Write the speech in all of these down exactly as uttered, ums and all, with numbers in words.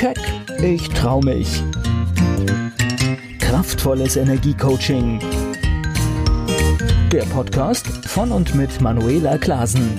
Keck, ich trau mich. Kraftvolles Energiecoaching. Der Podcast von und mit Manuela Klasen.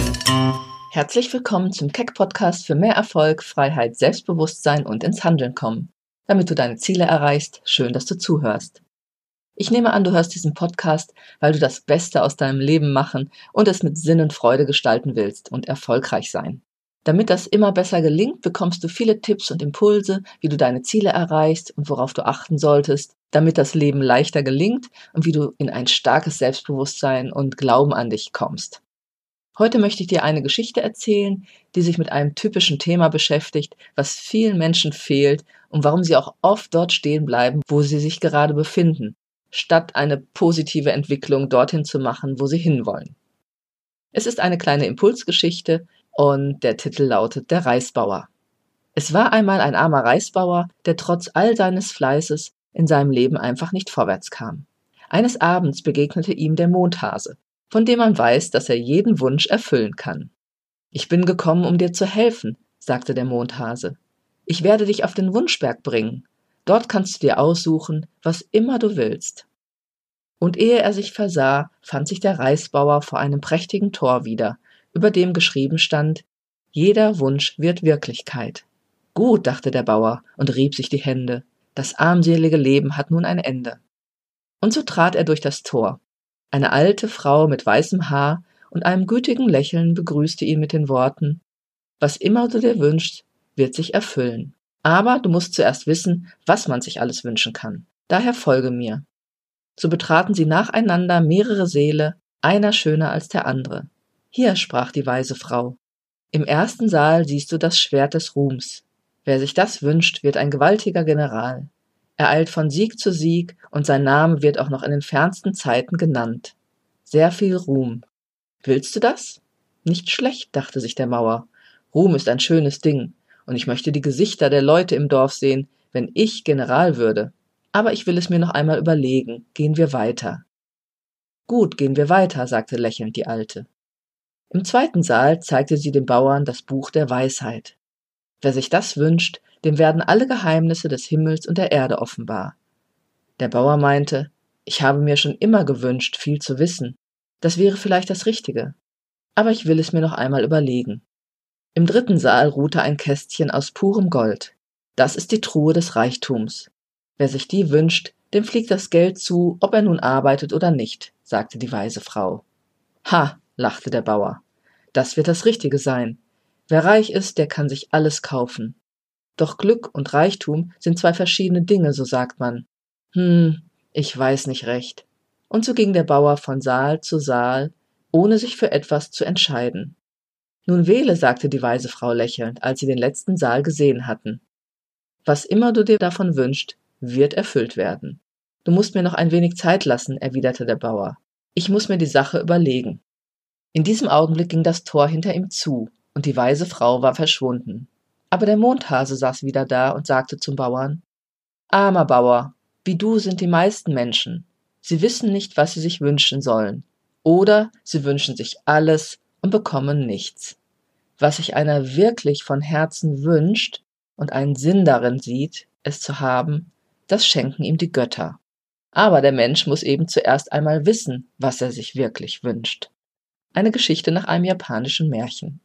Herzlich willkommen zum Keck-Podcast für mehr Erfolg, Freiheit, Selbstbewusstsein und ins Handeln kommen. Damit du deine Ziele erreichst, schön, dass du zuhörst. Ich nehme an, du hörst diesen Podcast, weil du das Beste aus deinem Leben machen und es mit Sinn und Freude gestalten willst und erfolgreich sein. Damit das immer besser gelingt, bekommst du viele Tipps und Impulse, wie du deine Ziele erreichst und worauf du achten solltest, damit das Leben leichter gelingt und wie du in ein starkes Selbstbewusstsein und Glauben an dich kommst. Heute möchte ich dir eine Geschichte erzählen, die sich mit einem typischen Thema beschäftigt, was vielen Menschen fehlt und warum sie auch oft dort stehen bleiben, wo sie sich gerade befinden, statt eine positive Entwicklung dorthin zu machen, wo sie hinwollen. Es ist eine kleine Impulsgeschichte und der Titel lautet Der Reisbauer. Es war einmal ein armer Reisbauer, der trotz all seines Fleißes in seinem Leben einfach nicht vorwärts kam. Eines Abends begegnete ihm der Mondhase, von dem man weiß, dass er jeden Wunsch erfüllen kann. »Ich bin gekommen, um dir zu helfen«, sagte der Mondhase. »Ich werde dich auf den Wunschberg bringen. Dort kannst du dir aussuchen, was immer du willst.« Und ehe er sich versah, fand sich der Reisbauer vor einem prächtigen Tor wieder, über dem geschrieben stand: »Jeder Wunsch wird Wirklichkeit.« »Gut«, dachte der Bauer und rieb sich die Hände. »Das armselige Leben hat nun ein Ende.« Und so trat er durch das Tor. Eine alte Frau mit weißem Haar und einem gütigen Lächeln begrüßte ihn mit den Worten: »Was immer du dir wünschst, wird sich erfüllen. Aber du musst zuerst wissen, was man sich alles wünschen kann. Daher folge mir.« So betraten sie nacheinander mehrere Säle, einer schöner als der andere. »Hier«, sprach die weise Frau, »im ersten Saal siehst du das Schwert des Ruhms. Wer sich das wünscht, wird ein gewaltiger General. Er eilt von Sieg zu Sieg und sein Name wird auch noch in den fernsten Zeiten genannt. Sehr viel Ruhm. Willst du das? Nicht schlecht«, dachte sich der Bauer. »Ruhm ist ein schönes Ding und ich möchte die Gesichter der Leute im Dorf sehen, wenn ich General würde. Aber ich will es mir noch einmal überlegen. Gehen wir weiter.« »Gut, gehen wir weiter«, sagte lächelnd die Alte. Im zweiten Saal zeigte sie dem Bauern das Buch der Weisheit. Wer sich das wünscht, dem werden alle Geheimnisse des Himmels und der Erde offenbar. Der Bauer meinte: »Ich habe mir schon immer gewünscht, viel zu wissen. Das wäre vielleicht das Richtige. Aber ich will es mir noch einmal überlegen.« Im dritten Saal ruhte ein Kästchen aus purem Gold. Das ist die Truhe des Reichtums. Wer sich die wünscht, dem fliegt das Geld zu, ob er nun arbeitet oder nicht, sagte die weise Frau. »Ha«, lachte der Bauer, »das wird das Richtige sein. Wer reich ist, der kann sich alles kaufen. Doch Glück und Reichtum sind zwei verschiedene Dinge, so sagt man. Hm, ich weiß nicht recht.« Und so ging der Bauer von Saal zu Saal, ohne sich für etwas zu entscheiden. »Nun wähle«, sagte die weise Frau lächelnd, als sie den letzten Saal gesehen hatten. »Was immer du dir davon wünschst, wird erfüllt werden.« »Du musst mir noch ein wenig Zeit lassen«, erwiderte der Bauer. »Ich muss mir die Sache überlegen.« In diesem Augenblick ging das Tor hinter ihm zu, und die weise Frau war verschwunden. Aber der Mondhase saß wieder da und sagte zum Bauern: »Armer Bauer, wie du sind die meisten Menschen. Sie wissen nicht, was sie sich wünschen sollen. Oder sie wünschen sich alles und bekommen nichts. Was sich einer wirklich von Herzen wünscht und einen Sinn darin sieht, es zu haben, das schenken ihm die Götter. Aber der Mensch muss eben zuerst einmal wissen, was er sich wirklich wünscht.« Eine Geschichte nach einem japanischen Märchen.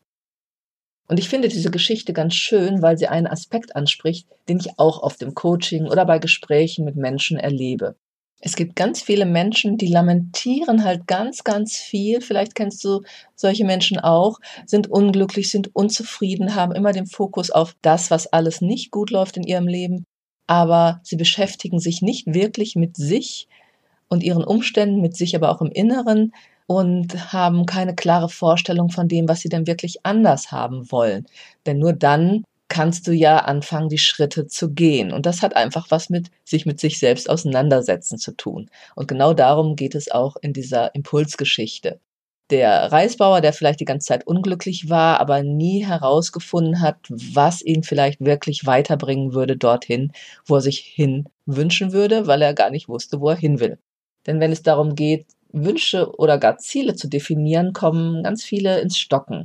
Und ich finde diese Geschichte ganz schön, weil sie einen Aspekt anspricht, den ich auch oft im Coaching oder bei Gesprächen mit Menschen erlebe. Es gibt ganz viele Menschen, die lamentieren halt ganz, ganz viel. Vielleicht kennst du solche Menschen auch, sind unglücklich, sind unzufrieden, haben immer den Fokus auf das, was alles nicht gut läuft in ihrem Leben. Aber sie beschäftigen sich nicht wirklich mit sich und ihren Umständen, mit sich aber auch im Inneren und haben keine klare Vorstellung von dem, was sie denn wirklich anders haben wollen. Denn nur dann kannst du ja anfangen, die Schritte zu gehen. Und das hat einfach was mit sich mit sich selbst auseinandersetzen zu tun. Und genau darum geht es auch in dieser Impulsgeschichte. Der Reisbauer, der vielleicht die ganze Zeit unglücklich war, aber nie herausgefunden hat, was ihn vielleicht wirklich weiterbringen würde dorthin, wo er sich hin wünschen würde, weil er gar nicht wusste, wo er hin will. Denn wenn es darum geht, Wünsche oder gar Ziele zu definieren, kommen ganz viele ins Stocken.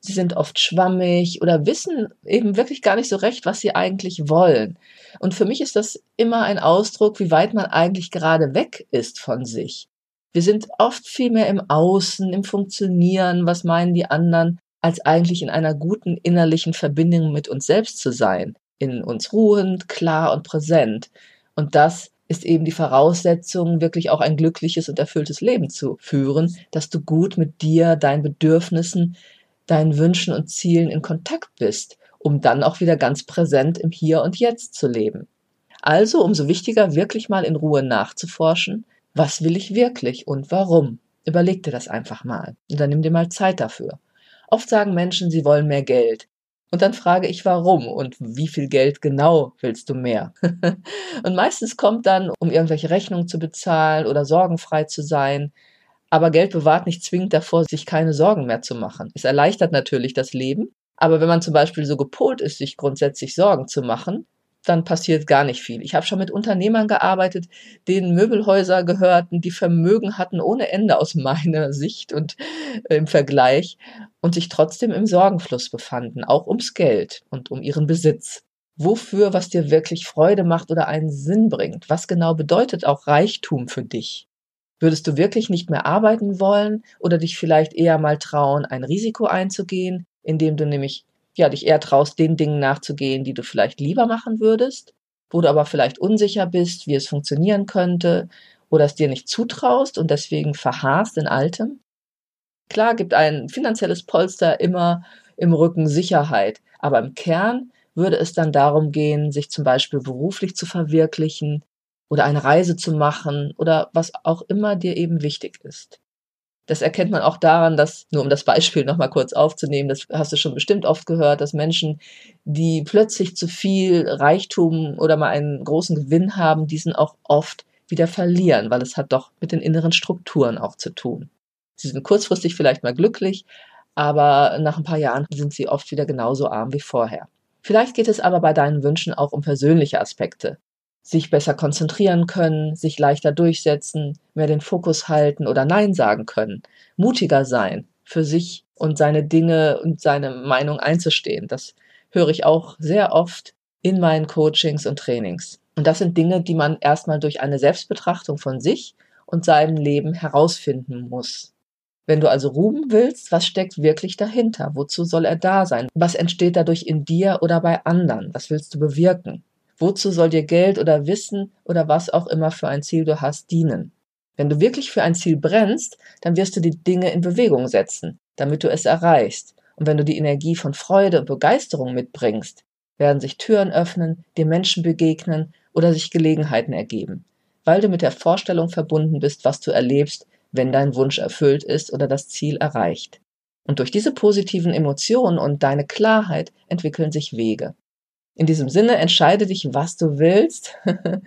Sie sind oft schwammig oder wissen eben wirklich gar nicht so recht, was sie eigentlich wollen. Und für mich ist das immer ein Ausdruck, wie weit man eigentlich gerade weg ist von sich. Wir sind oft viel mehr im Außen, im Funktionieren, was meinen die anderen, als eigentlich in einer guten innerlichen Verbindung mit uns selbst zu sein. In uns ruhend, klar und präsent. Und das ist eben die Voraussetzung, wirklich auch ein glückliches und erfülltes Leben zu führen, dass du gut mit dir, deinen Bedürfnissen, deinen Wünschen und Zielen in Kontakt bist, um dann auch wieder ganz präsent im Hier und Jetzt zu leben. Also umso wichtiger, wirklich mal in Ruhe nachzuforschen, was will ich wirklich und warum? Überleg dir das einfach mal und dann nimm dir mal Zeit dafür. Oft sagen Menschen, sie wollen mehr Geld. Und dann frage ich, warum und wie viel Geld genau willst du mehr? Und meistens kommt dann, um irgendwelche Rechnungen zu bezahlen oder sorgenfrei zu sein. Aber Geld bewahrt nicht zwingend davor, sich keine Sorgen mehr zu machen. Es erleichtert natürlich das Leben, aber wenn man zum Beispiel so gepolt ist, sich grundsätzlich Sorgen zu machen, dann passiert gar nicht viel. Ich habe schon mit Unternehmern gearbeitet, denen Möbelhäuser gehörten, die Vermögen hatten ohne Ende aus meiner Sicht und äh, im Vergleich und sich trotzdem im Sorgenfluss befanden, auch ums Geld und um ihren Besitz. Wofür, was dir wirklich Freude macht oder einen Sinn bringt? Was genau bedeutet auch Reichtum für dich? Würdest du wirklich nicht mehr arbeiten wollen oder dich vielleicht eher mal trauen, ein Risiko einzugehen, indem du nämlich ja, dich eher traust, den Dingen nachzugehen, die du vielleicht lieber machen würdest, wo du aber vielleicht unsicher bist, wie es funktionieren könnte oder es dir nicht zutraust und deswegen verharrst in Altem? Klar gibt ein finanzielles Polster immer im Rücken Sicherheit, aber im Kern würde es dann darum gehen, sich zum Beispiel beruflich zu verwirklichen oder eine Reise zu machen oder was auch immer dir eben wichtig ist. Das erkennt man auch daran, dass, nur um das Beispiel nochmal kurz aufzunehmen, das hast du schon bestimmt oft gehört, dass Menschen, die plötzlich zu viel Reichtum oder mal einen großen Gewinn haben, diesen auch oft wieder verlieren, weil es hat doch mit den inneren Strukturen auch zu tun. Sie sind kurzfristig vielleicht mal glücklich, aber nach ein paar Jahren sind sie oft wieder genauso arm wie vorher. Vielleicht geht es aber bei deinen Wünschen auch um persönliche Aspekte. Sich besser konzentrieren können, sich leichter durchsetzen, mehr den Fokus halten oder Nein sagen können, mutiger sein, für sich und seine Dinge und seine Meinung einzustehen. Das höre ich auch sehr oft in meinen Coachings und Trainings. Und das sind Dinge, die man erstmal durch eine Selbstbetrachtung von sich und seinem Leben herausfinden muss. Wenn du also Ruhm willst, was steckt wirklich dahinter? Wozu soll er da sein? Was entsteht dadurch in dir oder bei anderen? Was willst du bewirken? Wozu soll dir Geld oder Wissen oder was auch immer für ein Ziel du hast dienen? Wenn du wirklich für ein Ziel brennst, dann wirst du die Dinge in Bewegung setzen, damit du es erreichst. Und wenn du die Energie von Freude und Begeisterung mitbringst, werden sich Türen öffnen, dir Menschen begegnen oder sich Gelegenheiten ergeben, weil du mit der Vorstellung verbunden bist, was du erlebst, wenn dein Wunsch erfüllt ist oder das Ziel erreicht. Und durch diese positiven Emotionen und deine Klarheit entwickeln sich Wege. In diesem Sinne entscheide dich, was du willst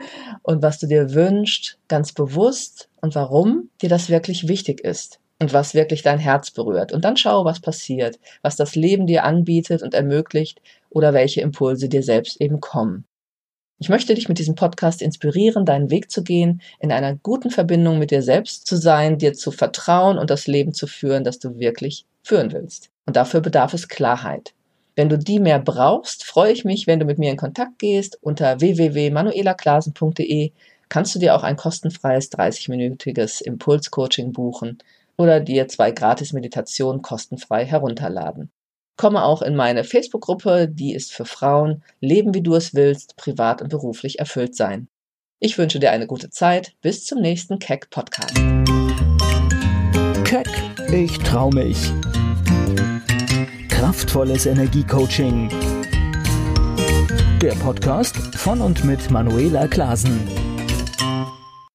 und was du dir wünschst, ganz bewusst und warum dir das wirklich wichtig ist und was wirklich dein Herz berührt. Und dann schau, was passiert, was das Leben dir anbietet und ermöglicht oder welche Impulse dir selbst eben kommen. Ich möchte dich mit diesem Podcast inspirieren, deinen Weg zu gehen, in einer guten Verbindung mit dir selbst zu sein, dir zu vertrauen und das Leben zu führen, das du wirklich führen willst. Und dafür bedarf es Klarheit. Wenn du die mehr brauchst, freue ich mich, wenn du mit mir in Kontakt gehst. Unter w w w punkt manuela klasen punkt d e kannst du dir auch ein kostenfreies dreißig-minütiges Impulscoaching buchen oder dir zwei Gratis-Meditationen kostenfrei herunterladen. Komme auch in meine Facebook-Gruppe, die ist für Frauen, leben wie du es willst, privat und beruflich erfüllt sein. Ich wünsche dir eine gute Zeit. Bis zum nächsten Keck Podcast. Keck, ich trau mich. Kraftvolles Energiecoaching. Der Podcast von und mit Manuela Klasen.